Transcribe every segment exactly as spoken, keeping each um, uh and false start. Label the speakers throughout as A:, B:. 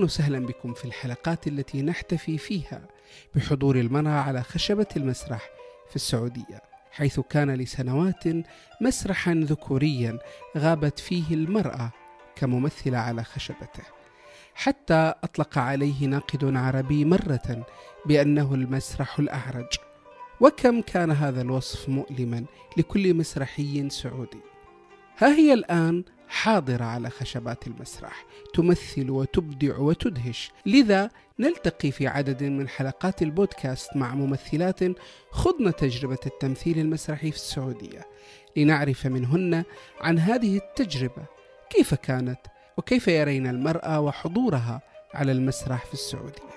A: وسهلا بكم في الحلقات التي نحتفي فيها بحضور المرأة على خشبة المسرح في السعودية، حيث كان لسنوات مسرحا ذكوريا غابت فيه المرأة كممثلة على خشبته، حتى أطلق عليه ناقد عربي مرة بأنه المسرح الأعرج. وكم كان هذا الوصف مؤلما لكل مسرحي سعودي. ها هي الآن حاضرة على خشبات المسرح، تمثل وتبدع وتدهش. لذا نلتقي في عدد من حلقات البودكاست مع ممثلات خضن تجربة التمثيل المسرحي في السعودية، لنعرف منهن عن هذه التجربة كيف كانت وكيف يرين المرأة وحضورها على المسرح في السعودية.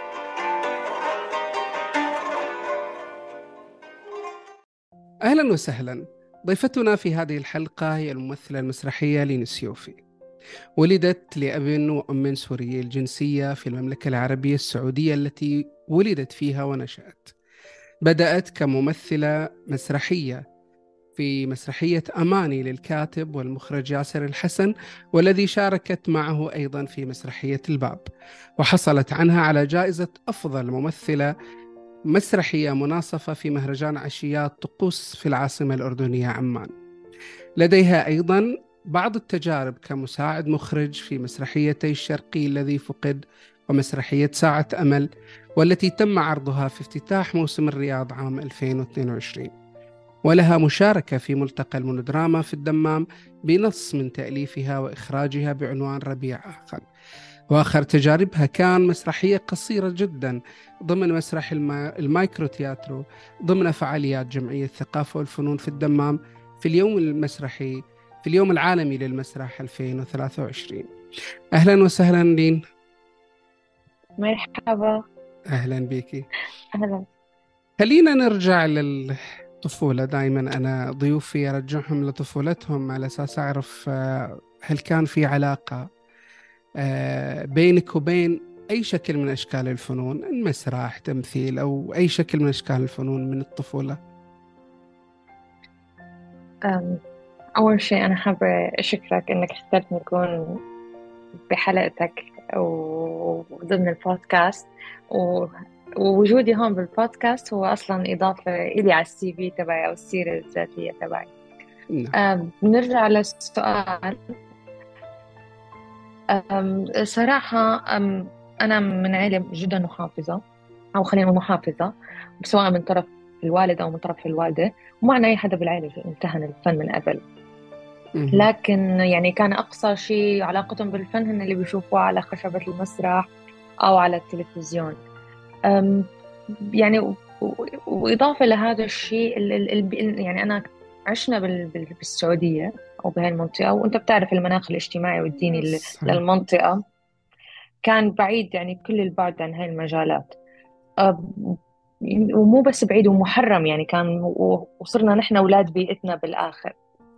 A: أهلا وسهلا. ضيفتنا في هذه الحلقة هي الممثلة المسرحية لين السيوفي. ولدت لأب وأم سوري الجنسية في المملكة العربية السعودية التي ولدت فيها ونشأت. بدأت كممثلة مسرحية في مسرحية أماني للكاتب والمخرج ياسر الحسن، والذي شاركت معه أيضا في مسرحية الباب، وحصلت عنها على جائزة أفضل ممثلة مسرحية مناصفة في مهرجان عشيات طقوس في العاصمة الأردنية عمان. لديها أيضا بعض التجارب كمساعد مخرج في مسرحيتي الشرقي الذي فقد ومسرحية ساعة أمل، والتي تم عرضها في افتتاح موسم الرياض عام ألفين واثنين وعشرين. ولها مشاركة في ملتقى المونودراما في الدمام بنص من تأليفها وإخراجها بعنوان ربيع آخر. وآخر تجاربها كان مسرحية قصيرة جدا ضمن مسرح الما... المايكرو تياترو ضمن فعاليات جمعية الثقافة والفنون في الدمام في اليوم المسرحي في اليوم العالمي للمسرح ألفين وثلاثة وعشرين. أهلا وسهلا لين.
B: مرحبا.
A: أهلا بيكي.
B: أهلا.
A: خلينا نرجع للطفولة. دائما أنا ضيوفي أرجعهم لطفولتهم على أساس أعرف هل كان في علاقة بينك وبين أي شكل من أشكال الفنون، مسرح، تمثيل، أو أي شكل من أشكال الفنون من الطفولة.
B: أول شيء أنا حابة أشكرك إنك اخترت نكون بحلقتك وضمن البودكاست، ووجودي هون بالبودكاست هو أصلا إضافة إلي على السي في تبعي أو السيرة الذاتية تبعي. نعم. بنرجع للسؤال. أم صراحة أم أنا من عائلة جدا محافظة، أو خلينا نقول محافظة، سواء من طرف الوالد أو من طرف الوالدة، ومعنا أي حدا بالعائلة امتهن الفن من قبل. لكن يعني كان أقصى شيء علاقتهم بالفن هن اللي بيشوفوه على خشبة المسرح أو على التلفزيون. أم يعني وإضافة لهذا الشيء يعني أنا عشنا بالسعودية أو بهاي المنطقة، وأنت بتعرف المناخ الاجتماعي والديني للمنطقة كان بعيد، يعني كل البعد عن هاي المجالات، ومو بس بعيد ومحرم، يعني كان وصرنا نحن أولاد بيئتنا بالآخر.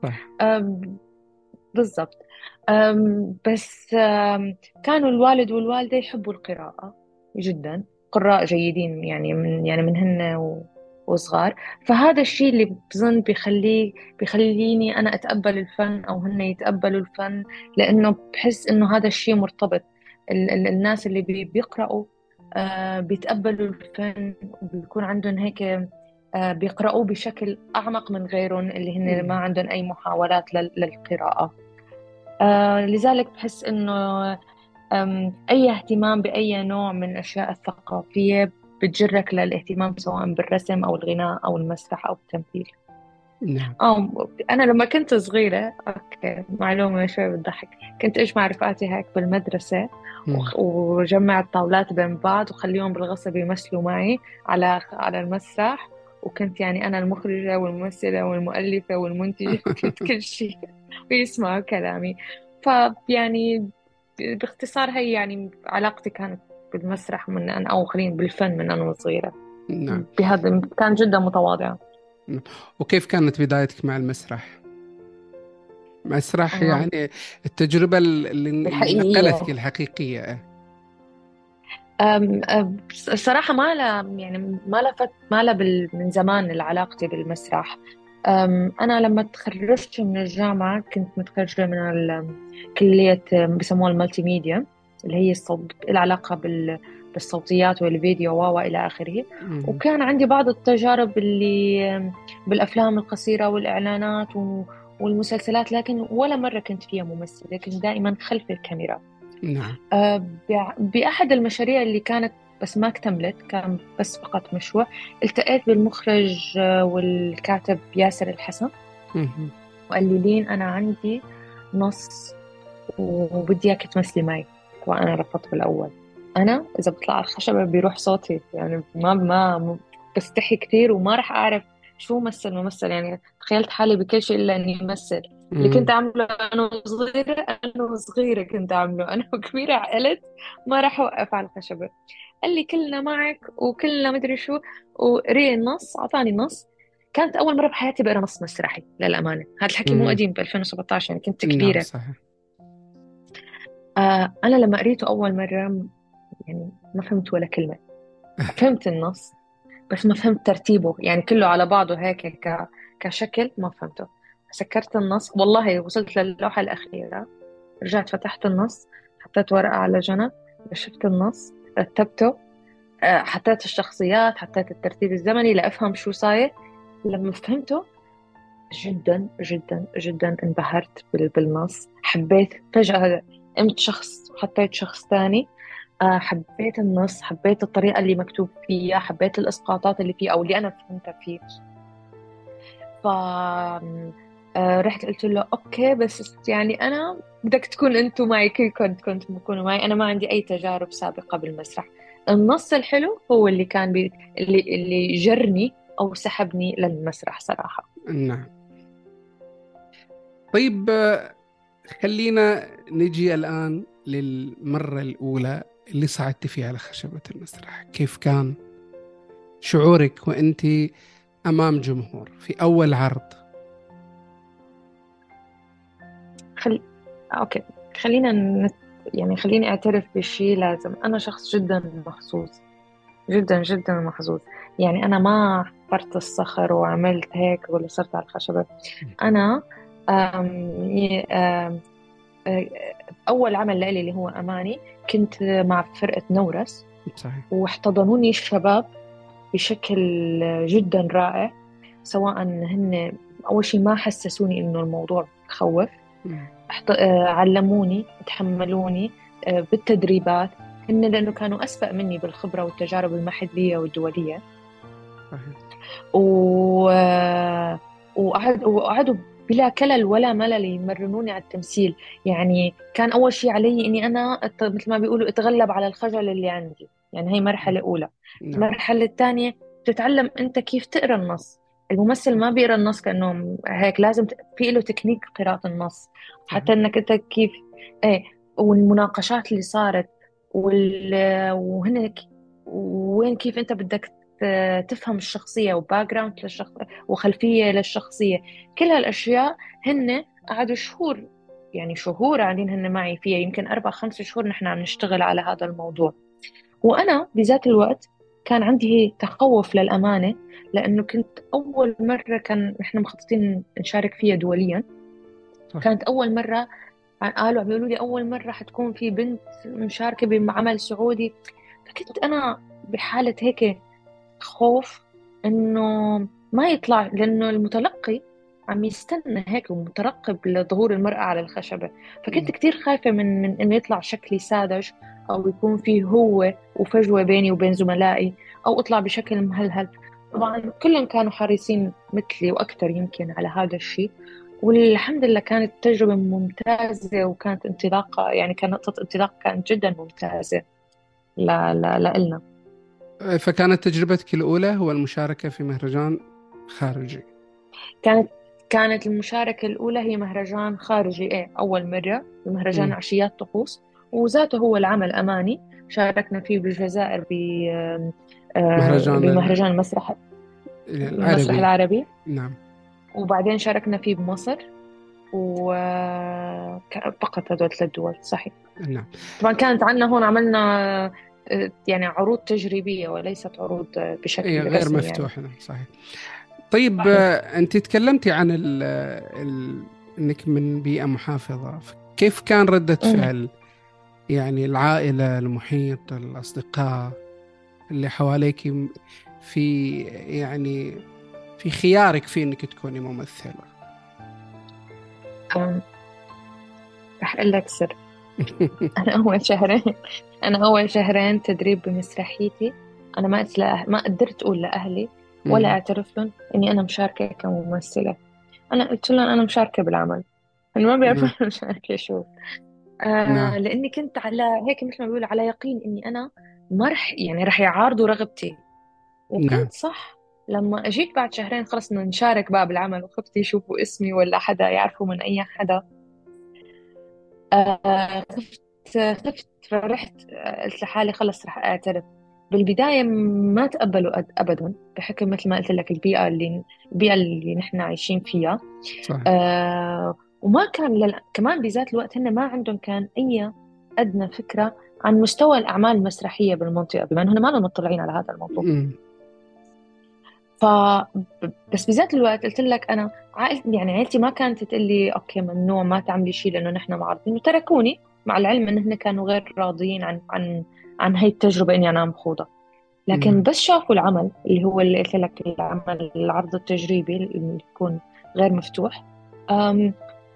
B: بالضبط. بس كانوا الوالد والوالدة يحبوا القراءة جدا، قراء جيدين يعني من يعني منهن وصغار، فهذا الشيء اللي بظن بيخليه بيخليني أنا أتقبل الفن أو هن يتقبلوا الفن، لأنه بحس إنه هذا الشيء مرتبط. ال- ال- الناس اللي بي- بيقرأوا آه بيتقبلوا الفن وبيكون عندهم هيك آه بيقرأوا بشكل أعمق من غيرهم اللي هن ما عندهم أي محاولات لل- للقراءة. آه لذلك بحس إنه أي اهتمام بأي نوع من الأشياء الثقافية بتجرك للاهتمام سواء بالرسم أو الغناء أو المسرح أو التمثيل.
A: نعم.
B: أو أنا لما كنت صغيرة، أوكي معلومة شوي بتضحك، كنت أجمع رفقاتي هيك بالمدرسة وجمع الطاولات بين بعض وخليهم بالغصب يمثلوا معي على على المسرح، وكنت يعني أنا المخرجة والممثلة والمؤلفة والمنتجة كنت كل شيء ويسمعوا كلامي. فيعني باختصار هي يعني علاقتي كانت بالمسرح من أنا أو خلينا بالفن من أنا صغيرة.
A: نعم.
B: بهذا كان جدا متواضعة.
A: وكيف كانت بدايتك مع المسرح؟ مسرح يعني التجربة اللي نقلتك الحقيقية.
B: أم أم الصراحة ما لا يعني ما لفت ما لا من زمان علاقتي بالمسرح. أنا لما تخرجت من الجامعة كنت متخرجة من كلية بسموها المالتي ميديا اللي هي الصوت العلاقة بال بالصوتيات والفيديو وإلى آخره.
A: مم.
B: وكان عندي بعض التجارب اللي بالأفلام القصيرة والإعلانات و- والمسلسلات، لكن ولا مرة كنت فيها ممثلة، كنت دائما خلف الكاميرا.
A: نعم.
B: آه، بع- بأحد المشاريع اللي كانت بس ما اكتملت، كان بس فقط مشروع، التقيت بالمخرج آه، والكاتب ياسر الحسن،
A: مم.
B: وقال لي لين أنا عندي نص وبدي إياك تمثلي معي. وأنا رفضت بالأول. أنا إذا بطلع على الخشبة بيروح صوتي، يعني ما ما بستحي كثير وما راح أعرف شو مثل ممثل. يعني تخيلت حالي بكل شيء إلا إني أمثل. اللي كنت
A: مم.
B: أعمله أنا صغيرة، أنا صغيرة كنت أعمله، أنا وكبيرة عقلت ما راح أوقف على الخشبة. قال لي كلنا معك وكلنا مدري شو، وقري النص، أعطاني النص. كانت أول مرة بحياتي بقرا نص مسرحي للأمانة. هذا الحكي مو
A: مم.
B: قديم، ب ألفين وسبعة عشر، يعني كنت
A: نعم
B: كبيرة.
A: صحيح.
B: آه أنا لما قريته أول مرة يعني ما فهمت ولا كلمة. فهمت النص بس ما فهمت ترتيبه، يعني كله على بعضه هيك ك... كشكل ما فهمته. سكرت النص والله، وصلت للوحة الأخيرة، رجعت فتحت النص، حطيت ورقة على جنب، شفت النص، رتبته، آه، حطيت الشخصيات، حطيت الترتيب الزمني لأفهم شو صاير. لما فهمته جدا جدا جدا انبهرت بال- بالنص. حبيت فجأة، قمت شخص وحطيت شخص تاني. آه، حبيت النص، حبيت الطريقة اللي مكتوب فيها، حبيت الإسقاطات اللي فيه أو اللي أنا فهمتها فيه. ف آه، رحت قلت له أوكي، بس يعني أنا بدك تكون أنتوا معي، كلكم كنتوا تكونوا معي، أنا ما عندي أي تجارب سابقة بالمسرح. النص الحلو هو اللي كان بي... اللي اللي جرني أو سحبني للمسرح صراحة.
A: نعم. طيب، آه، خلينا نجي الآن للمرة الأولى اللي صعدت فيها على خشبة المسرح. كيف كان شعورك وأنت أمام جمهور في أول عرض؟
B: خل... أوكي، خلينا نت... يعني خليني أعترف بشيء. لازم، أنا شخص جدا محظوظ، جدا جدا محظوظ. يعني أنا ما حفرت الصخر وعملت هيك ولا صرت على الخشبة. أنا أم... ي- أم... أ- أول عمل لي اللي هو أماني، كنت مع فرقة نورس،
A: صحيح.
B: واحتضنوني الشباب بشكل جدا رائع. سواء هن أول شيء ما حسسوني إنه الموضوع بخوف،
A: مم.
B: احت- آه، علموني، تحملوني آه، بالتدريبات. هن لأنه كانوا أسبق مني بالخبرة والتجارب المحلية والدولية.
A: صحيح.
B: و... آه، وقعد- وقعدوا بلا كلل ولا ملل يمرنوني على التمثيل. يعني كان أول شيء علي إني أنا أت- مثل ما بيقولوا أتغلب على الخجل اللي عندي. يعني هي مرحلة أولى.
A: نعم.
B: المرحلة الثانية تتعلم أنت كيف تقرأ النص. الممثل ما بيقرأ النص كأنه هيك، لازم ت- في له تكنيك قراءة النص، حتى
A: صحيح.
B: انك انت كيف. ايه، والمناقشات اللي صارت وال... وهن ك- وين كيف انت بدك ت- تفهم الشخصية وباك جراوند للشخص وخلفية للشخصية. كل هالأشياء هن قعدوا شهور، يعني شهور قاعدين هن معي فيها، يمكن أربع خمس شهور نحن عم نشتغل على هذا الموضوع. وأنا بذات الوقت كان عندي تخوف للأمانة، لأنه كنت أول مرة كان نحن مخططين نشارك فيها دوليا.
A: صحيح.
B: كانت أول مرة، قالوا عم يقولوا لي أول مرة حتكون في بنت مشاركة بعمل سعودي. فكنت أنا بحالة هيك خوف إنه ما يطلع، لأنه المتلقي عم يستنى هيك ومترقب لظهور المرأة على الخشبة. فكنت
A: نعم.
B: كتير خايفة من من إنه يطلع شكلي ساذج، أو يكون فيه هو وفجوة بيني وبين زملائي، أو أطلع بشكل مهلهل. طبعا كلهم كانوا حريصين مثلي وأكثر يمكن على هذا الشيء. والحمد لله كانت تجربة ممتازة، وكانت انطلاقة، يعني كانت نقطة انطلاق كانت جدا ممتازة لا لا لا إلنا.
A: فكانت تجربتك الأولى هو المشاركة في مهرجان خارجي؟
B: كانت كانت المشاركة الأولى هي مهرجان خارجي، إيه، أول مرة بمهرجان
A: مم.
B: عشيات طقوس. وذاته هو العمل أماني، شاركنا فيه بالجزائر ب آه،
A: مهرجان ال-
B: بمهرجان المسرح المسرح
A: العربي.
B: العربي.
A: نعم.
B: وبعدين شاركنا فيه بمصر، وفقط هدول ثلاث دول صحيح.
A: نعم.
B: طبعا كانت عندنا هون عملنا آه، يعني عروض تجريبية وليست عروض آه،
A: أي
B: بشكل
A: غير
B: رسمي يعني.
A: مفتوح. نعم صحيح. طيب،
B: صحيح.
A: آه، أنت تكلمتي عن ال ال إنك من بيئة محافظة. كيف كان ردة
B: أمم.
A: فعل يعني العائلة، المحيط، الأصدقاء اللي حواليك في يعني في خيارك في إنك تكوني ممثلة؟
B: أم، رح أقول لك سر. أنا أول شهرين أنا أول شهرين تدريب بمسرحيتي، أنا ما قلت لأه... ما قدرت أقول لأهلي ولا
A: مم.
B: أعترف لهم إني أنا مشاركة كممثلة. أنا قلت لهم أنا مشاركة بالعمل، أنا ما بيعرفوا
A: نعم.
B: أنا مشاركة شو. آه
A: نعم.
B: لأني كنت على هيك مثل ما بيقولوا على يقين إني أنا ما رح يعني رح يعارضوا رغبتي.
A: نعم.
B: وكنت صح. لما اجيت بعد شهرين خلص بدنا نشارك بقى بالعمل، وخفت يشوفوا اسمي ولا حدا يعرفوا من اي حدا. آه خفت خفت فرحت. آه، قلت لحالي خلص رح اعترف. بالبداية ما تقبلوا أد- أبدا، بحكم مثل ما قلت لك البيئة اللي البيئة اللي نحن عايشين فيها.
A: صحيح.
B: آه وما كان لل... كمان بذات الوقت هن ما عندهم كان أي أدنى فكرة عن مستوى الأعمال المسرحية بالمنطقة، بما أنهم ما لهم مطلعين على هذا الموضوع.
A: مم.
B: ف بس بذات الوقت قلت لك انا عائلتي، يعني عائلتي ما كانت تقول لي اوكي ممنوع ما تعملي شيء لانه نحن معارضين، وتركوني مع العلم ان هن كانوا غير راضيين عن عن عن هي التجربه اني انا عم خوضها. لكن
A: نعم.
B: بس شافوا العمل اللي هو اللي قلت لك العمل العرض التجريبي اللي يكون غير مفتوح، أم...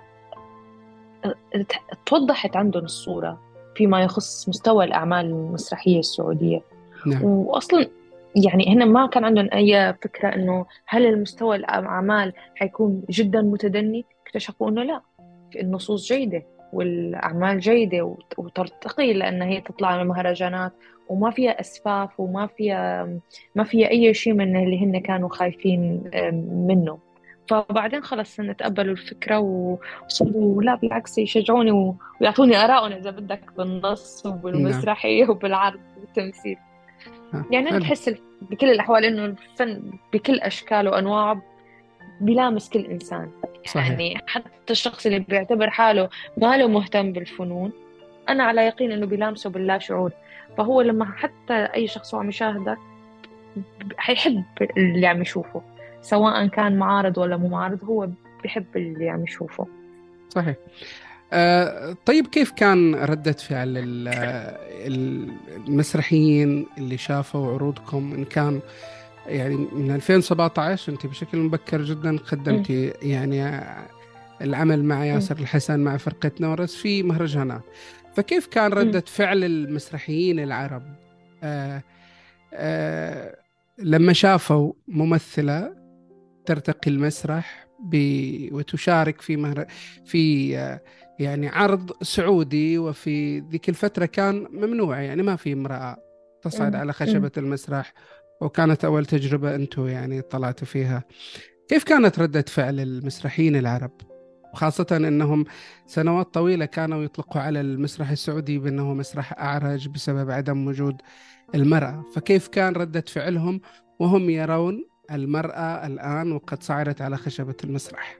B: توضحت عندهم الصوره فيما يخص مستوى الاعمال المسرحيه السعوديه.
A: نعم.
B: واصلا يعني هن ما كان عندهم اي فكره انه هل المستوى الاعمال حيكون جدا متدني. اكتشفوا انه لا، النصوص جيده والاعمال جيده وت- وترتقي لان هي تطلع على المهرجانات، وما فيها اسفاف وما فيها ما فيها اي شيء من اللي هن كانوا خايفين آم، منه. فبعدين خلص نتقبلوا الفكرة و- وصاروا لا بالعكس يشجعوني و- ويعطوني آراءهم إذا بدك بالنص
A: نعم.
B: وبالمسرحية وبالعرض والتمثيل.
A: آه،
B: يعني أنا
A: حلو.
B: بحس ال- بكل الأحوال إنه الفن بكل أشكاله وأنواعه بيلامس كل إنسان.
A: صحيح.
B: يعني حتى الشخص اللي بيعتبر حاله ما له مهتم بالفنون، أنا على يقين إنه بيلامسه باللا شعور. فهو لما حتى أي شخص هو عم يشاهدك حيحب اللي عم يشوفه، سواء كان معارض ولا مو معارض، هو بيحب اللي عم يشوفه.
A: صحيح. آه، طيب كيف كان ردة فعل ال- ال- المسرحيين اللي شافوا عروضكم؟ إن كان يعني من ألفين وسبعة عشر أنت بشكل مبكر جدا
B: أمم،
A: قدمتي يعني العمل مع
B: أمم،
A: ياسر الحسن مع فرقة نورس في مهرجانات، فكيف كان
B: أمم.
A: ردة فعل المسرحيين العرب آه آه لما شافوا ممثلة ترتقي المسرح ب... وتشارك في مهر... في آه، يعني عرض سعودي، وفي ذيك الفترة كان ممنوع، يعني ما في امرأة تصعد
B: أمم،
A: على
B: أمم.
A: خشبة المسرح، وكانت أول تجربة أنتم يعني طلعتوا فيها. كيف كانت ردة فعل المسرحيين العرب، وخاصة أنهم سنوات طويلة كانوا يطلقوا على المسرح السعودي بأنه مسرح أعرج بسبب عدم وجود المرأة؟ فكيف كان ردة فعلهم وهم يرون المرأة الآن وقد صعدت على خشبة المسرح؟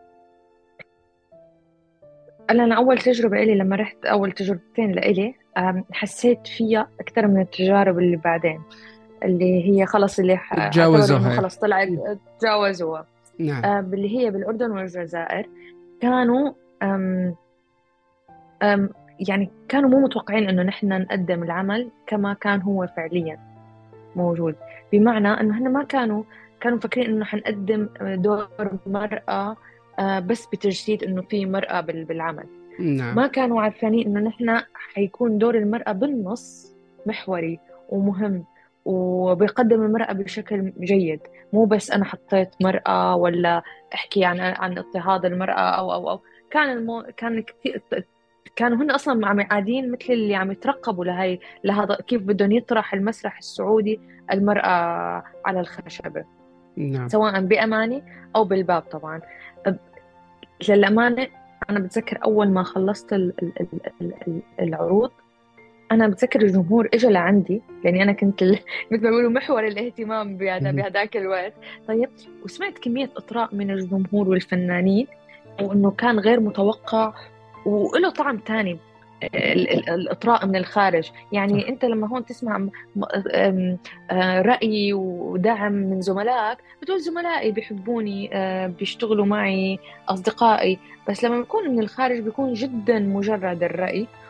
B: أنا أنا أول تجربة إلي لما رحت، أول تجربتين لإلي، أم، حسيت فيها أكثر من التجارب اللي بعدين، اللي هي خلص اللي ح- اعتبروا إنه
A: تجاوزوها.
B: خلص طلعت تجاوزوها.
A: نعم.
B: أم، اللي هي بالأردن والجزائر. كانوا أم أم يعني كانوا مو متوقعين إنه نحن نقدم العمل كما كان هو فعليا موجود. بمعنى انه هن ما كانوا كانوا مفكرين انه حنقدم دور مرأة، آه، بس بتجسيد انه في مرأة بال- بالعمل.
A: نعم.
B: ما كانوا عارفين انه نحن حيكون دور المرأة بالنص محوري ومهم، وبيقدم المرأة بشكل جيد. مو بس انا حطيت مرأة ولا احكي عن عن اضطهاد المرأة او او او كان المو... كان كثير. كانوا هن اصلا عم قاعدين مثل اللي عم يترقبوا لهي لهذا كيف بدهم يطرح المسرح السعودي المرأة على الخشبة،
A: نعم.
B: سواء بأماني أو بالباب طبعا. للأمانة أنا بتذكر أول ما خلصت ال- ال- ال- ال- ال- العروض، أنا بتذكر الجمهور إجا لعندي لأني أنا كنت ال- مثل ما بيقولوا محور الاهتمام بهذا
A: مهم.
B: بهذاك الوقت. طيب، وسمعت كمية إطراء من الجمهور والفنانين، وإنه كان غير متوقع وله طعم تاني. ال- ال- الإطراء من الخارج، يعني
A: صح.
B: أنت لما هون تسمع م- أم- آه، رأي ودعم من زملائك، بتقول زملائي بيحبوني، آه، بيشتغلوا معي، أصدقائي. بس لما بيكون من الخارج بيكون جدا مجرد الرأي،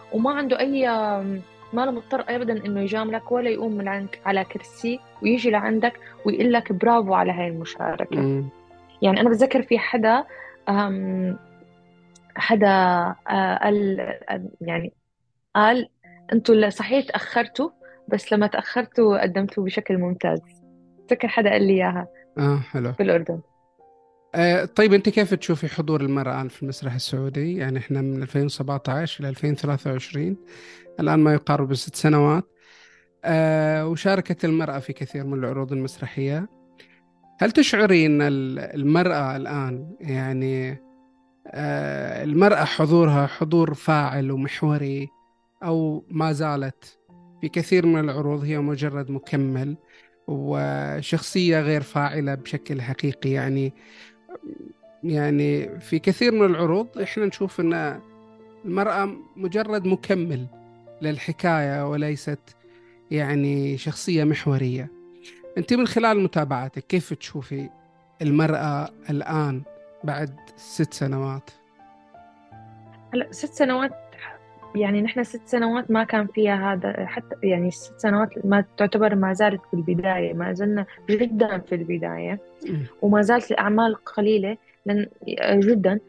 B: وما عنده أي آم، ما له مضطر أبدا إنه يجاملك ولا يقوم من عندك على كرسي ويجي لعندك ويقول لك برافو على هاي المشاركة.
A: مم.
B: يعني أنا بتذكر في حدا آم، حدا آه، قال آه، يعني قال انتوا اللي صحيح تأخرتوا، بس لما تأخرتوا قدمتوا بشكل ممتاز. فكر حدا قال لي إياها
A: آه حلو.
B: بالأردن.
A: آه طيب، أنت كيف تشوفي حضور المرأة في المسرح السعودي؟ يعني إحنا من ألفين وسبعة عشر إلى ألفين وثلاثة وعشرين، الآن ما يقارب ست سنوات. آه وشاركت المرأة في كثير من العروض المسرحية. هل تشعري أن ال- المرأة الآن يعني آه المرأة حضورها حضور فاعل ومحوري، أو ما زالت في كثير من العروض هي مجرد مكمل وشخصية غير فاعلة بشكل حقيقي؟ يعني يعني في كثير من العروض احنا نشوف ان المرأة مجرد مكمل للحكاية وليست يعني شخصية محورية. انت من خلال متابعتك كيف تشوفي المرأة الآن بعد ست سنوات؟
B: هلا ست سنوات، يعني نحن ست سنوات ما كان فيها هذا حتى، يعني ست سنوات ما تعتبر، ما زالت في البداية، ما زلنا جدا في البداية،
A: مم.
B: وما زالت الأعمال قليلة لن جدا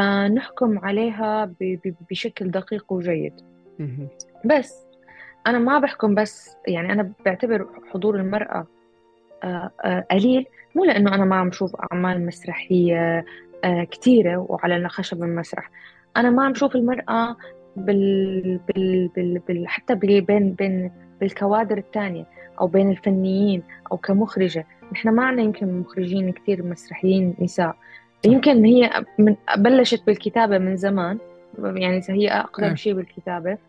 B: لنحكم عليها ب- ب- بشكل دقيق وجيد.
A: مم.
B: بس أنا ما بحكم، بس يعني أنا بعتبر حضور المرأة آه، آه، قليل، مو لأنه أنا ما عم شوف أعمال مسرحية آه، كتيرة وعلى خشب المسرح. أنا ما عم شوف المرأة بال... بال... بال... بال... حتى بال... بين بين بالكوادر التانية، أو بين الفنيين، أو كمخرجة. نحن ما عنا يمكن مخرجين كتير مسرحيين نساء.
A: صح.
B: يمكن هي من بلشت بالكتابة من زمان، يعني هي أقدم
A: آه.
B: شيء بالكتابة،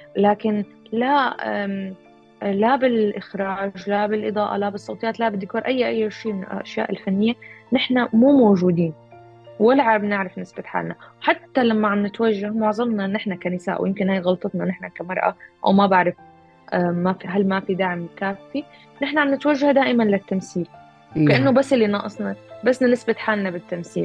B: لكن لا أم، لا بالإخراج، لا بالإضاءة، لا بالصوتيات، لا بالديكور، أي أي شيء من الأشياء الفنية نحن مو موجودين، ولا عم نعرف نثبت حالنا. حتى لما عم نتوجه معظمنا نحن كنساء، ويمكن هاي غلطتنا نحن كمرأة، أو ما بعرف أم، ما في، هل ما في دعم كافي؟ نحن عم نتوجه دائما للتمثيل، كأنه
A: نعم.
B: بس اللي ناقصنا بس نثبت حالنا بالتمثيل.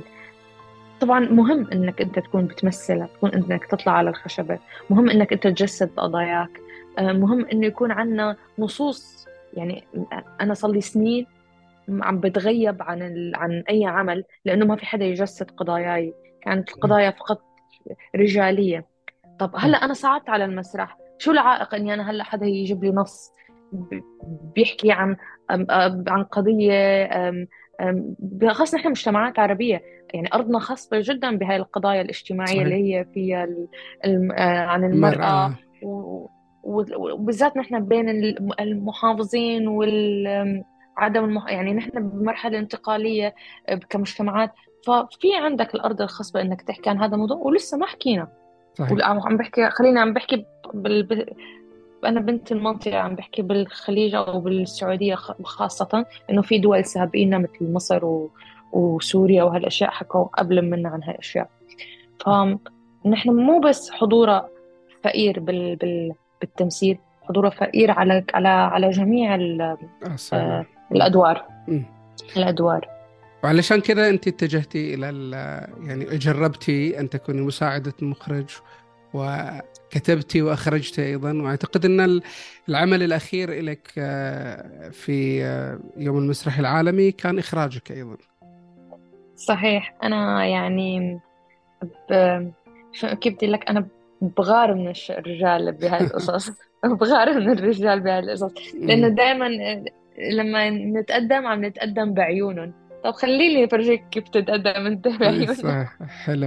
B: طبعا مهم انك انت تكون بتمثل، تكون انك تطلع على الخشبة، مهم انك انت تجسد قضاياك، آه، مهم انه يكون عندنا نصوص. يعني انا صار لي سنين عم بتغيب عن ال... عن اي عمل لانه ما في حدا يجسد قضاياي، كانت
A: نعم.
B: القضايا فقط رجالية. طب هلا
A: صح.
B: انا صعدت على المسرح، شو العائق اني انا هلا حدا يجيب لي نص ب- بيحكي عن أم- أم- عن قضيه، أم- أم، بالاخص نحن مجتمعات عربيه، يعني ارضنا خصبه جدا بهاي القضايا الاجتماعيه اللي
A: صحيح.
B: هي فيها ال- الم- آه، عن المراه،
A: المرأة.
B: و- و- وبالذات نحن بين الم- المحافظين وال عدم المح... يعني نحن بمرحله انتقاليه آه، كمجتمعات. ففي عندك الارض الخصبه انك تحكي عن هذا الموضوع، ولسه ما حكينا.
A: صحيح.
B: وعم عم بحكي، خليني عم بحكي بال... ب- أنا بنت المنطقة، عم بحكي بالخليج أو بالسعودية خ- خاصة، إنه في دول سابقينا مثل مصر و... وسوريا وهالأشياء حكوا قبل منا عن هالأشياء.
A: صح.
B: فنحن مو بس حضورها فقير بال... بال... بالتمثيل، حضورها فقير على على على جميع ال...
A: أصلا.
B: آه، الأدوار.
A: مم.
B: الأدوار.
A: وعلشان كذا أنت اتجهتي إلى ال- يعني جربتي أن تكوني مساعدة مخرج، وكتبتي وأخرجتي أيضا. وأعتقد أن ال- العمل الأخير لك آه، في آه، يوم المسرح العالمي كان إخراجك أيضا.
B: صحيح. أنا يعني ب... شو كيف بدي لك، أنا بغار من الش- الرجال بهاي القصص. بغار من الرجال بهاي القصص، لأنه
A: مم.
B: دائما لما نتقدم عم نتقدم بعيونهم. طب خليني أفرجيك كيف تتقدم أنت بعيونهم.
A: صح. حلو.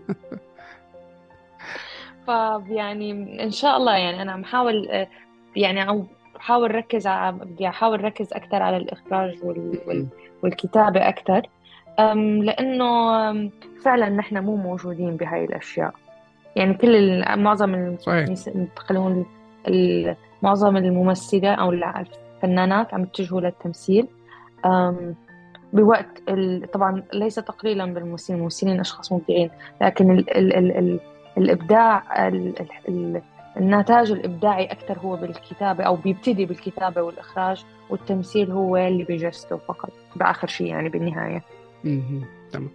B: فيعني إن شاء الله، يعني أنا عم بحاول آه، يعني أو بحاول ركز على، بدي أحاول ركز أكثر على الإخراج وال... وال...
A: مم.
B: والكتابة أكثر. أم لأنه أم، فعلا نحن مو موجودين بهاي الأشياء. يعني كل ال- معظم
A: صحيح.
B: النس- خلينا نقول ال- معظم الممثلة أو الفنانات عم يتجهوا للتمثيل. أم، بوقت ال... طبعا ليس تقليلا بالممثلين، الممثلين أشخاص مبدعين، لكن ال... ال... ال... ال... الإبداع ال... ال... ال... النتاج الإبداعي أكثر هو بالكتابة، أو بيبتدي بالكتابة والإخراج، والتمثيل هو اللي بيجسده فقط بآخر شيء يعني بالنهاية.
A: مم. تمام.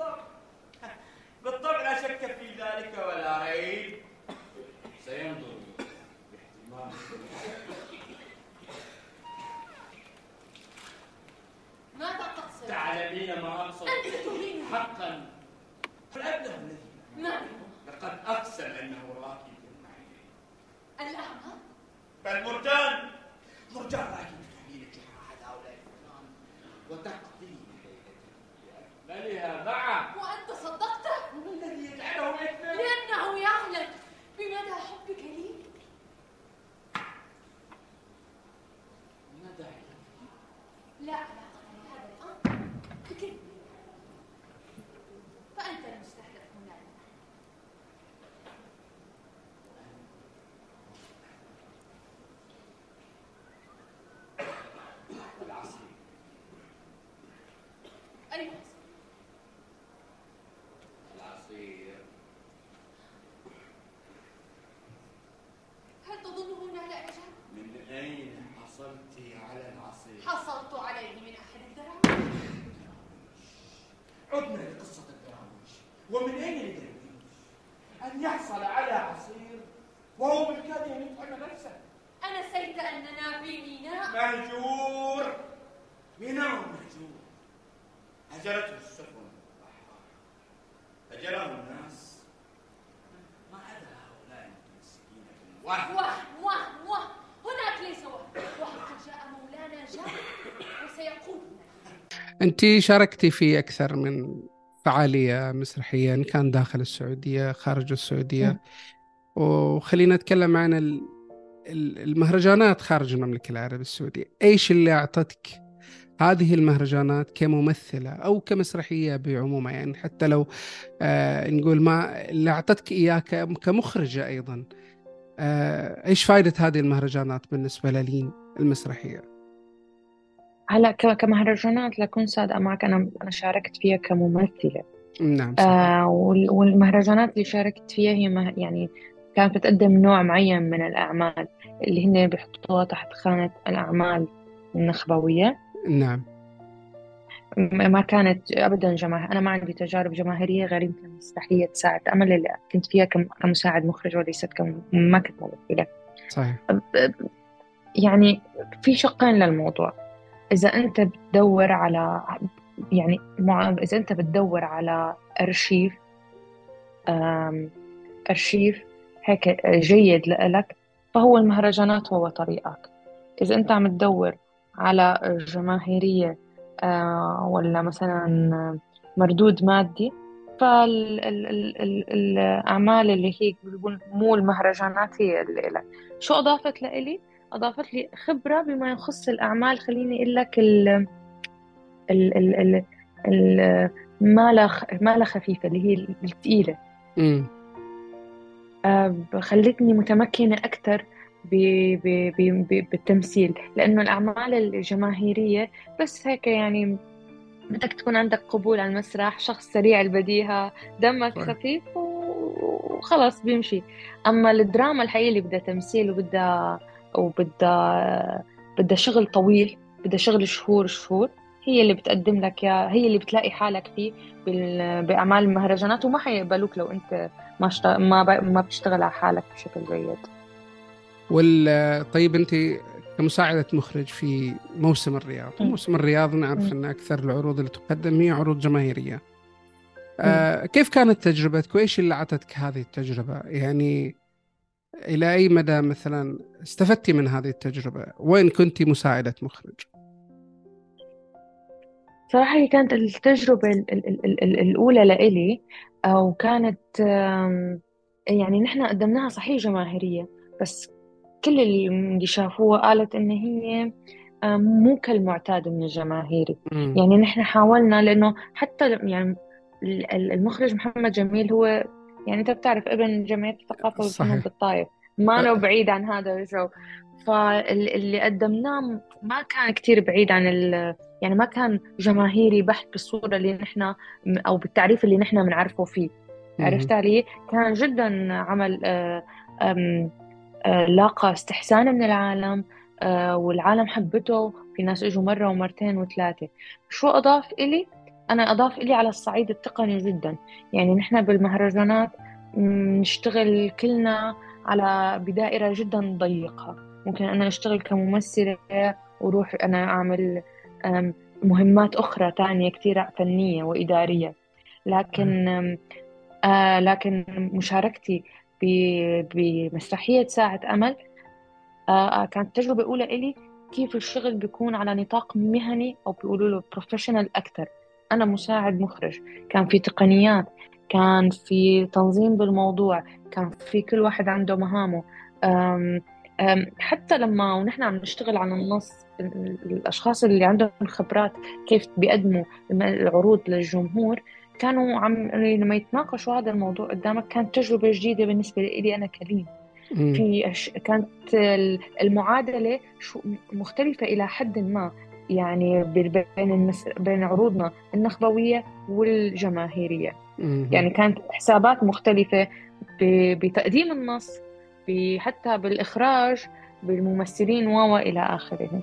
C: بالطبع لا شك في ذلك ولا ريب. سينظر باحتمال.
D: ماذا تقصد؟
C: تعلمين ما أقصد.
D: أنت تهين
C: حقا. الأبله الذي
D: ما هو؟
C: لقد أقسم أنه راكب معي.
D: الأعمى؟
C: بل مرجان. مرجان راكب في أحد هؤلاء الفئران وتقضي بأكملها معه.
D: وأنت صدقته؟
C: وما الذي يجعله يكذب؟
D: لأنه يعلم بمدى حبك لي.
C: ماذا
D: لا علاقة لهذا الأمر بكذب، فأنت المستهدف هنا.
C: العصير؟
D: أي عصير؟
C: العصير.
D: هل تظنه نال إعجاب؟
C: من أين حصلت على العصير؟
D: حصلت عليه من أحد الدراويش.
C: عدنا لقصة الدراويش. ومن أين للدراويش أن يحصل على عصير وهو بالكاد أن يطعم نفسه؟
D: أنسيت أننا في ميناء؟
C: مهجور. ميناء مهجور. هجرته السفن والبحار، هجره الناس، ما عدا هؤلاء المتمسكين بالوهم.
D: وهم وهم وهم هناك ليس وهم، وحتى جاء مولانا جاء وسيقودنا.
A: أنت شاركتي في أكثر من فعالية مسرحية، إن كان داخل السعودية خارج السعودية، وخلينا نتكلم عن ال- ال- المهرجانات خارج المملكة العربية السعودية. إيش اللي أعطتك هذه المهرجانات كممثلة أو كمسرحية بعمومها، يعني حتى لو آه نقول ما اللي أعطتك إياه ك- كمخرجة أيضا، آه إيش فائدة هذه المهرجانات بالنسبة للين المسرحية؟
B: هلا ك- كمهرجانات لكون صادقة معك، أنا أنا شاركت فيها كممثلة.
A: نعم صحيح.
B: آه وال- والمهرجانات اللي شاركت فيها هي مه يعني كانت بتقدم نوع معين من الأعمال اللي هن بيحطوها تحت خانة الأعمال النخبوية.
A: نعم.
B: م- ما كانت أبدا جماهير. أنا ما عندي تجارب جماهيرية غير يمكن مسرحية ساعة أمل اللي كنت فيها كم- كمساعد مخرج وليست كم ما كنت ممثلة.
A: صحيح.
B: يعني في شقين للموضوع. إذا أنت بتدور على يعني مع... إذا أنت بتدور على أرشيف آم، أرشيف هيك جيد لك، فهو المهرجانات هو طريقك. إذا أنت عم تدور على جماهيرية آه، ولا مثلا مردود مادي، فالأعمال اللي هي بيقول مو المهرجانات هي اللي لك. شو أضافت لإلي؟ أضافت لي خبرة بما يخص الأعمال. خليني أقول لك ال ال ال ال ال ما لا خ- ما لا خفيفة اللي هي الثقيلة.
A: امم
B: آه، خلتني متمكنة أكثر ب- ب- ب- ب- بالتمثيل، لأنه الأعمال الجماهيرية بس هيك يعني بدك تكون عندك قبول على المسرح، شخص سريع البديهة، دمك
A: صحيح.
B: خفيف و- وخلص بيمشي. أما الدراما الحقيقة اللي بدها تمثيل وبدها وبدها بدها شغل طويل، بدها شغل شهور شهور، هي اللي بتقدم لك يا هي اللي بتلاقي حالك فيه بال- بأعمال المهرجانات، وما حيقبلوك لو أنت ما شت... ما ب... ما بتشتغل على حالك بشكل جيد.
A: وال طيب أنت كمساعدة مخرج في موسم الرياض،
B: م-
A: وموسم الرياض نعرف
B: م-
A: أن أكثر العروض اللي تقدم هي عروض جماهيرية.
B: م.
A: آه كيف كانت تجربتك وإيش اللي أعطتك هذه التجربة؟ يعني إلى أي مدى مثلا استفدتي من هذه التجربة وين كنت مساعدة مخرج؟
B: صراحة هي كانت التجربة ال- ال- ال- ال- الأولى لإلي، وكانت آم، يعني نحن قدمناها صحيح جماهيرية، بس كل اللي اللي شافوها قالت إن هي آم، مو كالمعتاد من الجماهيري.
A: امم
B: يعني نحن حاولنا، لأنه حتى يعني ال- ال- المخرج محمد جميل هو يعني أنت بتعرف ابن جمعية الثقافة والفنون
A: صحيح.
B: بالطايف، ما
A: أه
B: أنا بعيد عن هذا الجو. فاللي قدمناه ما كان كتير بعيد عن ال يعني ما كان جماهيري بحت بالصورة اللي نحن أو بالتعريف اللي نحن بنعرفه فيه.
A: مم.
B: عرفت علي؟ كان جدا عمل آه، آم، آه، لاقى استحسان من العالم، آه، والعالم حبته. في ناس اجوا مرة ومرتين وثلاثة. شو أضاف إلي؟ أنا أضاف إلي على الصعيد التقني جدا. يعني نحن بالمهرجانات م، نشتغل كلنا على بدائرة جدا ضيقة. ممكن أنا أشتغل كممثلة وروح أنا أعمل أم، مهمات أخرى تانية كتير فنية وإدارية. لكن أم، آه لكن مشاركتي ب- بمسرحية ساعة أمل آه آه، كانت تجربة أولى إلي كيف الشغل بيكون على نطاق مهني أو بيقولوا له بروفيشنال أكتر. أنا مساعد مخرج، كان في تقنيات، كان في تنظيم بالموضوع، كان في كل واحد عنده مهامه. أم أم حتى لما ونحن عم نشتغل على النص، ال- ال- الأشخاص اللي عندهم خبرات كيف بيقدموا الم- العروض للجمهور، كانوا عم لما يتناقشوا هذا الموضوع قدامك، كانت تجربة جديدة بالنسبة لي أنا كليم.
A: مم.
B: في أش... كانت ال- المعادلة شو مختلفة إلى حد ما، يعني بين بين المس... بين عروضنا النخبوية والجماهيرية.
A: مم.
B: يعني كانت حسابات مختلفة ب... بتقديم النص، ب... حتى بالإخراج، بالممثلين و إلى آخره.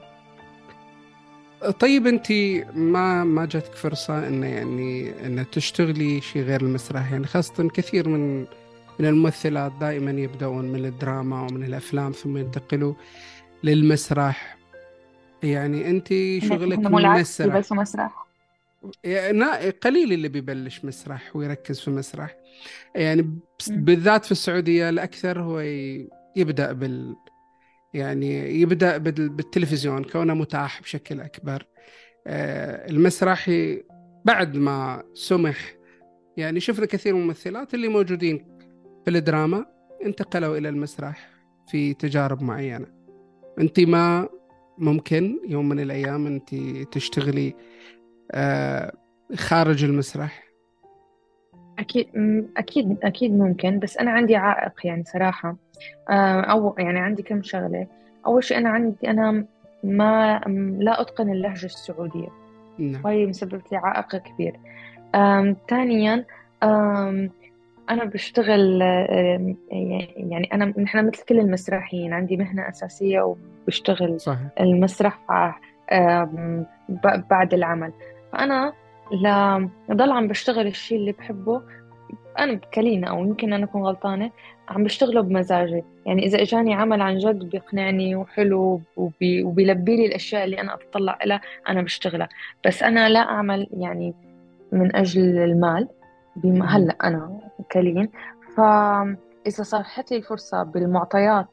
A: طيب انت ما ما جاتك فرصة ان يعني ان تشتغلي شيء غير المسرح؟ يعني خاصة كثير من من الممثلات دائما يبدأون من الدراما ومن الافلام ثم ينتقلوا للمسرح. يعني انت
B: هن
A: شغلك
B: هن مو العكس،
A: مسرح.
B: بيبلشوا مسرح.
A: يعني نا- قليل اللي بيبلش مسرح ويركز في مسرح. يعني بس-
B: م.
A: بالذات في السعودية الأكثر هو ي- يبدأ بال يعني يبدأ بال- بالتلفزيون كونه متاح بشكل أكبر. آه، المسرحي بعد ما سمح، يعني شفنا كثير من الممثلات اللي موجودين في الدراما انتقلوا إلى المسرح في تجارب معينة. أنت ما ممكن يوم من الأيام أنت تشتغلي آه، خارج المسرح؟
B: أكيد م، أكيد أكيد ممكن، بس أنا عندي عائق يعني صراحة. آه، أو يعني عندي كم شغلة. أول شيء أنا عندي أنا ما م- لا أتقن اللهجة السعودية،
A: نعم.
B: وهي مسببت لي عائق كبير. آم، ثانيا، آم، أنا بشتغل، آم، يعني أنا نحن مثل كل المسرحيين عندي مهنة أساسية وبشتغل
A: صحيح.
B: المسرح آم، ب- بعد العمل. فأنا لا ضل عم بشتغل الشيء اللي بحبه. أنا بكلينة أو يمكن أنا أكون غلطانة، عم بشتغله بمزاجي. يعني إذا إجاني عمل عن جد بيقنعني وحلو وبي وبيلبي لي الأشياء اللي أنا أتطلع لها، أنا بشتغلها. بس أنا لا أعمل يعني من أجل المال. بم...
A: مهم.
B: هلأ أنا كلين، فإذا صارت لي الفرصة بالمعطيات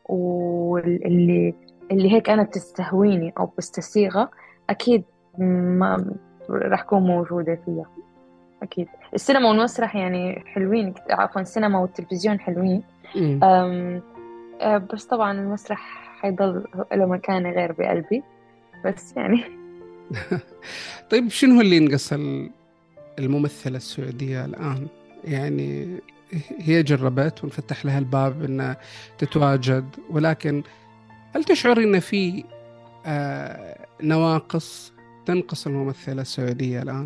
B: واللي اللي هيك أنا بتستهويني أو بستسيغها، أكيد ما رح كون موجودة فيها. أكيد السينما والمسرح يعني حلوين، عفوا السينما والتلفزيون حلوين.
A: مم.
B: أم أه، بس طبعا المسرح حيضل له مكانة غير بقلبي، بس يعني.
A: طيب شنو اللي ينقص ال- الممثلة السعودية الآن؟ يعني هي جربت ونفتح لها الباب أنها تتواجد، ولكن هل تشعر أن في آه نواقص تنقص الممثلة السعودية الآن؟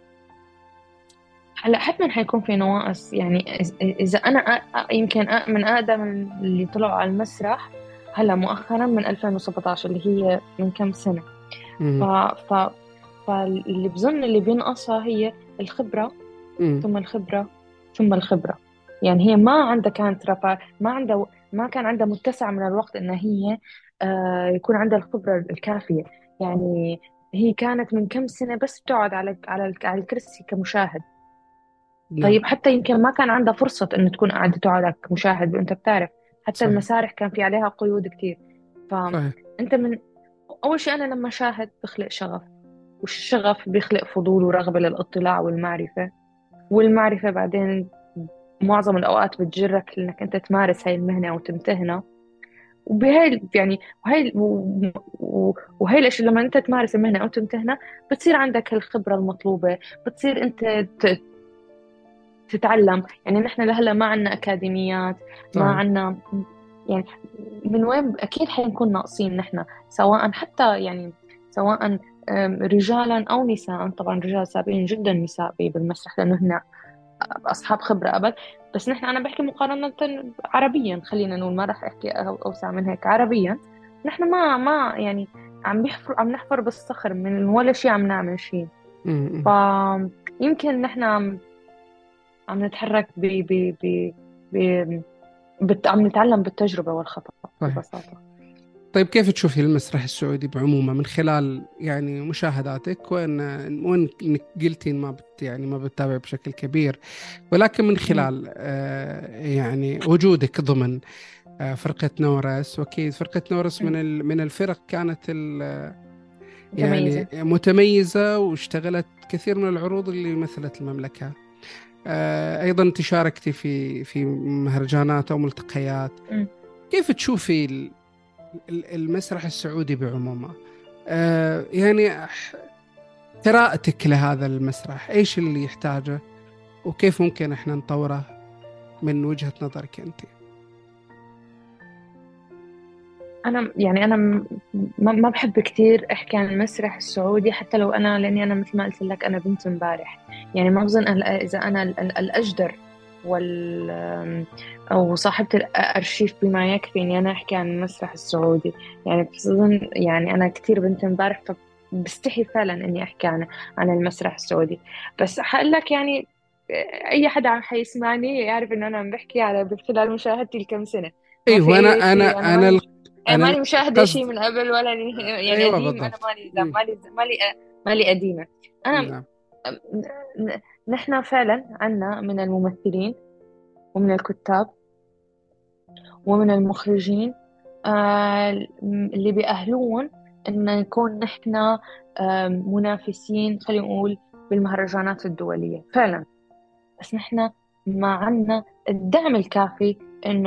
B: هلا حتما حيكون في نواقص. يعني إز- إذا أنا أ- أ- يمكن أ- من أقدم اللي طلعوا على المسرح هلا مؤخرا من ألفين وسبعطعش، اللي هي من كم سنة. ف
A: مم.
B: ف فاللي بظن اللي بينقصها هي الخبرة،
A: مم.
B: ثم الخبرة، ثم الخبرة. يعني هي ما عندها كانت رفا ما عندها ما كان عندها متسع من الوقت إن هي آه يكون عندها الخبرة الكافية. يعني هي كانت من كم سنة بس بتقعد على على على الكرسي كمشاهد.
A: نعم.
B: طيب حتى يمكن ما كان عندها فرصة إنه تكون قاعدة تقعد كمشاهد، وأنت بتعرف حتى
A: صحيح.
B: المسارح كان في عليها قيود كتير.
A: صحيح.
B: فأنت من أول شيء أنا لما شاهد بخلق شغف، والشغف بيخلق فضول ورغبة للاطلاع والمعرفة، والمعرفة بعدين معظم الأوقات بتجرك إنك أنت تمارس هاي المهنة أو تمتهنها. وبهاي يعني وهي و- و- وهي الأشياء لما أنت تمارس المهنة أو تمتهنها، بتصير عندك الخبرة المطلوبة. بتصير أنت ت- تتعلم. يعني نحن لهلا ما عنا أكاديميات، ما
A: صحيح.
B: عنا يعني. من وين أكيد حنكون ناقصين نحن، سواء حتى يعني سواء أم، رجالا أو نساء. طبعا رجال سابقين جدا نساء بالمسرح لأنه هن أصحاب خبرة أبد. بس نحن أنا بحكي مقارنة عربيا، خلينا نقول، ما راح أحكي أو- أوسع من هيك. عربيا نحن ما ما يعني عم بيحفر عم نحفر بالصخر من ولا شيء عم نعمل شيء.
A: أمم.
B: فيمكن نحن عم عم نتحرك ب ب ب ب بت... عم نتعلم بالتجربة والخطأ
A: صحيح.
B: ببساطة.
A: طيب كيف تشوفي المسرح السعودي بعمومه من خلال يعني مشاهداتك، وان وان إنك قلتي إن ما بت يعني ما بتتابع بشكل كبير، ولكن من
B: مم.
A: خلال آه، يعني وجودك ضمن آه، فرقة نورس، واكيد فرقة نورس
B: مم.
A: من ال- من الفرق كانت ال- يعني
B: متميزة.
A: متميزة، واشتغلت كثير من العروض اللي مثلت المملكة. آه، أيضا أنت شاركتي في في مهرجانات أو ملتقيات.
B: مم.
A: كيف تشوفي ال- ال- المسرح السعودي بعمومه؟ آه، يعني ح- قراءتك لهذا المسرح إيش اللي يحتاجه، وكيف ممكن إحنا نطوره من وجهة نظرك أنت؟
B: أنا يعني أنا م- ما ما بحب كتير أحكي عن المسرح السعودي، حتى لو أنا لأني أنا مثل ما قلت لك أنا بنت امبارح. يعني ما بظن أن- إذا أنا ال- ال- الأجدر وال أو صاحبة الأرشيف بما يكفي إني أنا أحكي عن المسرح السعودي. يعني بظن يعني أنا كتير بنت امبارح، فبستحي فعلا إني أحكي عن عن المسرح السعودي. بس حقول لك يعني أي حدا عم حيسمعني يعرف إنه أنا عم بحكي على من خلال مشاهدتي الكم سنة. ما في
A: أيوه، أنا
B: أي
A: أنا
B: شيء، أنا
A: أنا
B: ماني
A: ال-
B: يعني
A: أنا
B: ماني مشاهدة شيء
A: القصد.
B: من قبل ولا ني- يعني
A: أيوه
B: قديم. أنا
A: بالضبط.
B: مالي
A: مم.
B: مالي مالي مالي قديمة. أنا
A: نعم.
B: ن- نحن فعلا عنا من الممثلين ومن الكتاب ومن المخرجين آه، اللي بيأهلون إن نكون نحن آه، منافسين، خلينا نقول بالمهرجانات الدولية فعلا. بس نحن ما عنا الدعم الكافي إنه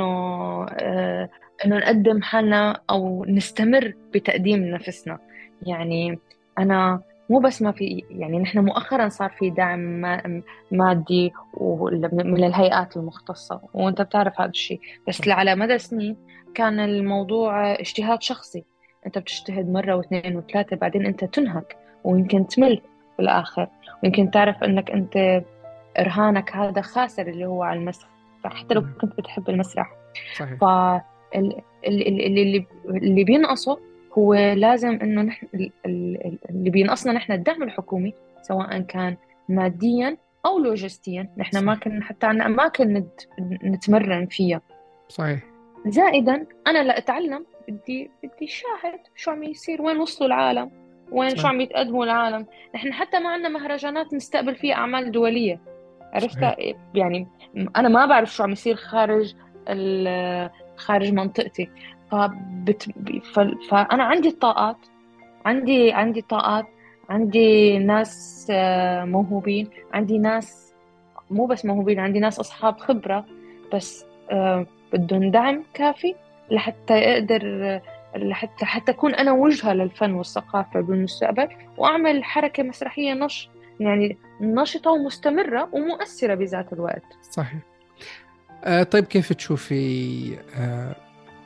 B: آه، إنه نقدم حالنا أو نستمر بتقديم نفسنا. يعني أنا مو بس ما في، يعني نحن مؤخرا صار في دعم ما- مادي وال- من الهيئات المختصة، وأنت بتعرف هذا الشيء. بس
A: صح.
B: على مدى سنين كان الموضوع اجتهاد شخصي. أنت بتجتهد مرة واثنين وثلاثة، بعدين أنت تنهك ويمكن تمل بالآخر، ويمكن تعرف أنك أنت رهانك هذا خاسر اللي هو على المسرح، حتى لو
A: نعم.
B: كنت بتحب المسرح.
A: صحيح.
B: فاللي اللي, اللي, اللي بينقصه هو لازم انه نحن ال- ال- اللي بينقصنا نحن الدعم الحكومي، سواء كان ماديا او لوجستيا. نحن ما
A: صح.
B: كنا حتى عنا اماكن نت- نتمرن فيها.
A: صحيح.
B: زائدا انا لاتعلم بدي بدي شاهد شو عم يصير، وين وصلوا العالم، وين شو
A: صحيح.
B: عم يتقدموا العالم. نحن حتى ما عندنا مهرجانات نستقبل فيها اعمال دوليه. عرفت؟
A: صحيح.
B: يعني انا ما بعرف شو عم يصير خارج ال- خارج منطقتي. فبت... ف... فانا عندي الطاقات، عندي عندي طاقات، عندي ناس آه، موهوبين، عندي ناس مو بس موهوبين، عندي ناس اصحاب خبرة. بس آه، بدهم دعم كافي لحتى اقدر لحتى حتى اكون انا وجهة للفن والثقافة بالمستقبل، واعمل حركة مسرحية نشط، يعني نشطة ومستمرة ومؤثرة بذات الوقت.
A: صحيح. آه، طيب كيف تشوفي آه،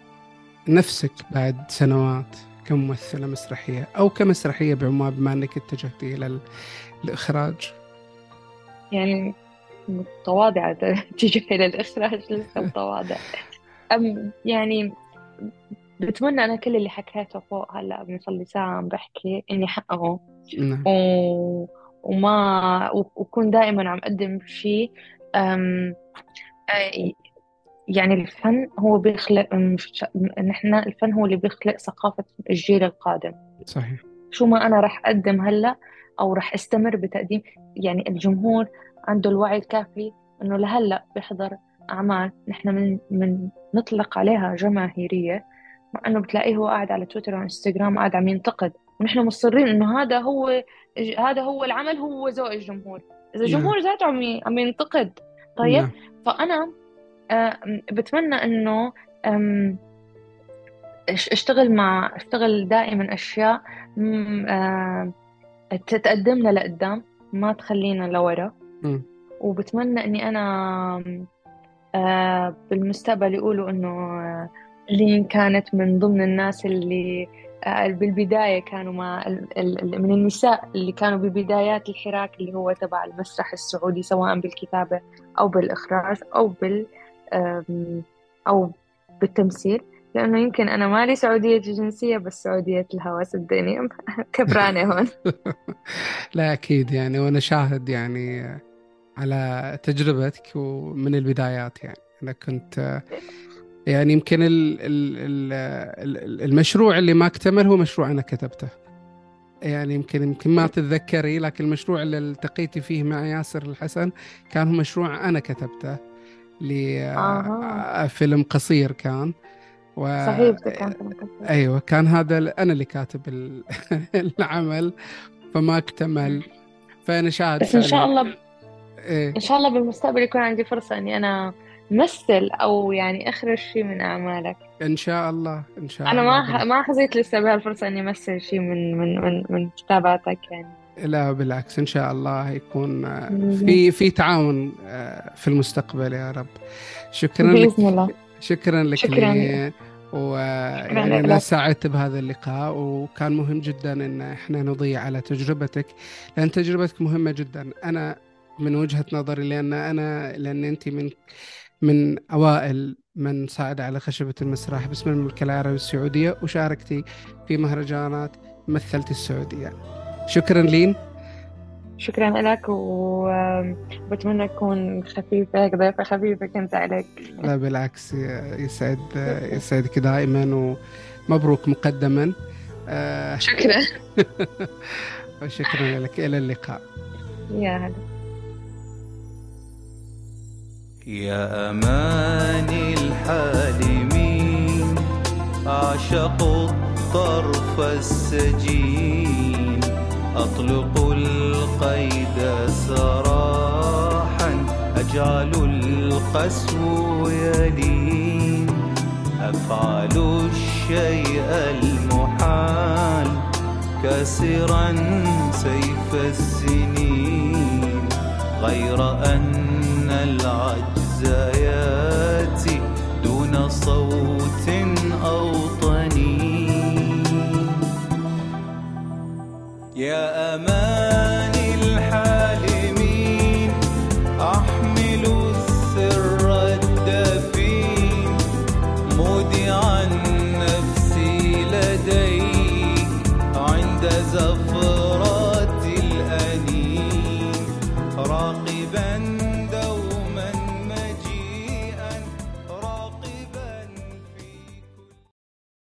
A: نفسك بعد سنوات كممثلة مسرحية أو كمسرحية بعموم، بما أنك اتجهتي إلى ال- الإخراج؟
B: يعني متواضعة تيجي إلى الإخراج، لسه متواضع. أم يعني بتمنى أنا كل اللي حكيته فوق هلأ من صار لي ساعة عم بحكي إني حققه،
A: نعم.
B: و... وما و- وكون دائما عم أقدم شيء. أم... أي- يعني الفن هو بيخلق مش... نحن الفن هو اللي بيخلق ثقافة الجيل القادم.
A: صحيح.
B: شو ما أنا رح أقدم هلأ أو رح استمر بتقديم، يعني الجمهور عنده الوعي الكافي إنه لهلأ بيحضر أعمال نحن من من نطلق عليها جماهيرية، مع إنه بتلاقيه هو قاعد على تويتر وإنستغرام قاعد عم ينتقد، ونحن مصرين إنه هذا هو هذا هو العمل، هو ذوق الجمهور. إذا
A: نعم.
B: الجمهور ذاته عم ي- عم ينتقد، طيب.
A: نعم.
B: فأنا آه، بتمنى إنه آم، أش- اشتغل مع اشتغل دائما أشياء مم، آه، تتقدمنا لقدام، ما تخلينا لورا.
A: مم.
B: وبتمنى اني انا آه، بالمستقبل يقولوا انه آه، لين كانت من ضمن الناس اللي آه، بالبداية كانوا مع ال- ال- من النساء اللي كانوا ببدايات الحراك اللي هو تبع المسرح السعودي، سواء بالكتابة أو بالإخراج أو بال آم، أو بالتمثيل. لأنه يمكن أنا مالي سعودية الجنسية بس سعودية الهوى، صدقني كبرانة هون.
A: لا أكيد يعني، وأنا شاهد يعني على تجربتك ومن البدايات. يعني أنا كنت يعني يمكن ال ال ال المشروع اللي ما اكتمل هو مشروع أنا كتبته. يعني يمكن يمكن ما تتذكري، لكن المشروع اللي التقيتي فيه مع ياسر الحسن كان هو مشروع أنا كتبته
B: آها
A: لفيلم قصير كان. و
B: صحيح كان فيلم قصير.
A: أيوة، كان هذا أنا اللي كاتب ال- العمل، فما اكتمل. فأنا شاهد
B: بس إن شاء
A: فعلا.
B: الله
A: إيه،
B: إن شاء الله بالمستقبل يكون عندي فرصة إني أنا مثل أو يعني أخرج شيء من أعمالك.
A: إن شاء الله إن شاء
B: أنا
A: الله
B: ما ح-
A: بال...
B: ما حظيت لسه بهالفرصة إني أمثل شيء من من من من كتاباتك يعني.
A: لا بالعكس، إن شاء الله يكون آه،
B: بإذن
A: في في تعاون آه، في المستقبل يا رب. شكرا
B: بإذن
A: لك.
B: الله.
A: شكرا لك
B: شكرا
A: لي.
B: شكرا
A: ويعني أنا
B: لك.
A: سعدت بهذا اللقاء، وكان مهم جدا إن إحنا نضيع على تجربتك، لأن تجربتك مهمة جدا. أنا من وجهة نظري، لأن أنا لأن أنت من من أوائل من صعد على خشبة المسرح باسم المملكة العربية السعودية، وشاركتي في مهرجانات، مثلت السعودية. شكرا لين.
B: شكرا لك، وبتمنى تكون خفيفة هيك، ضيفة خفيفة كنت عليك.
A: لا بالعكس، يسعد يسعدك دائما، ومبروك مقدما. آه،
B: شكرا.
A: وشكرا لك، إلى اللقاء.
B: يا هلا.
E: يا أماني الحالمين، أعشق الطرف السجين، أطلق القيد سراحا، أجعل القسو يلين، أفعل الشيء المحال، كاسرا سيف السنين، غير أن العجز ياتي دون صوت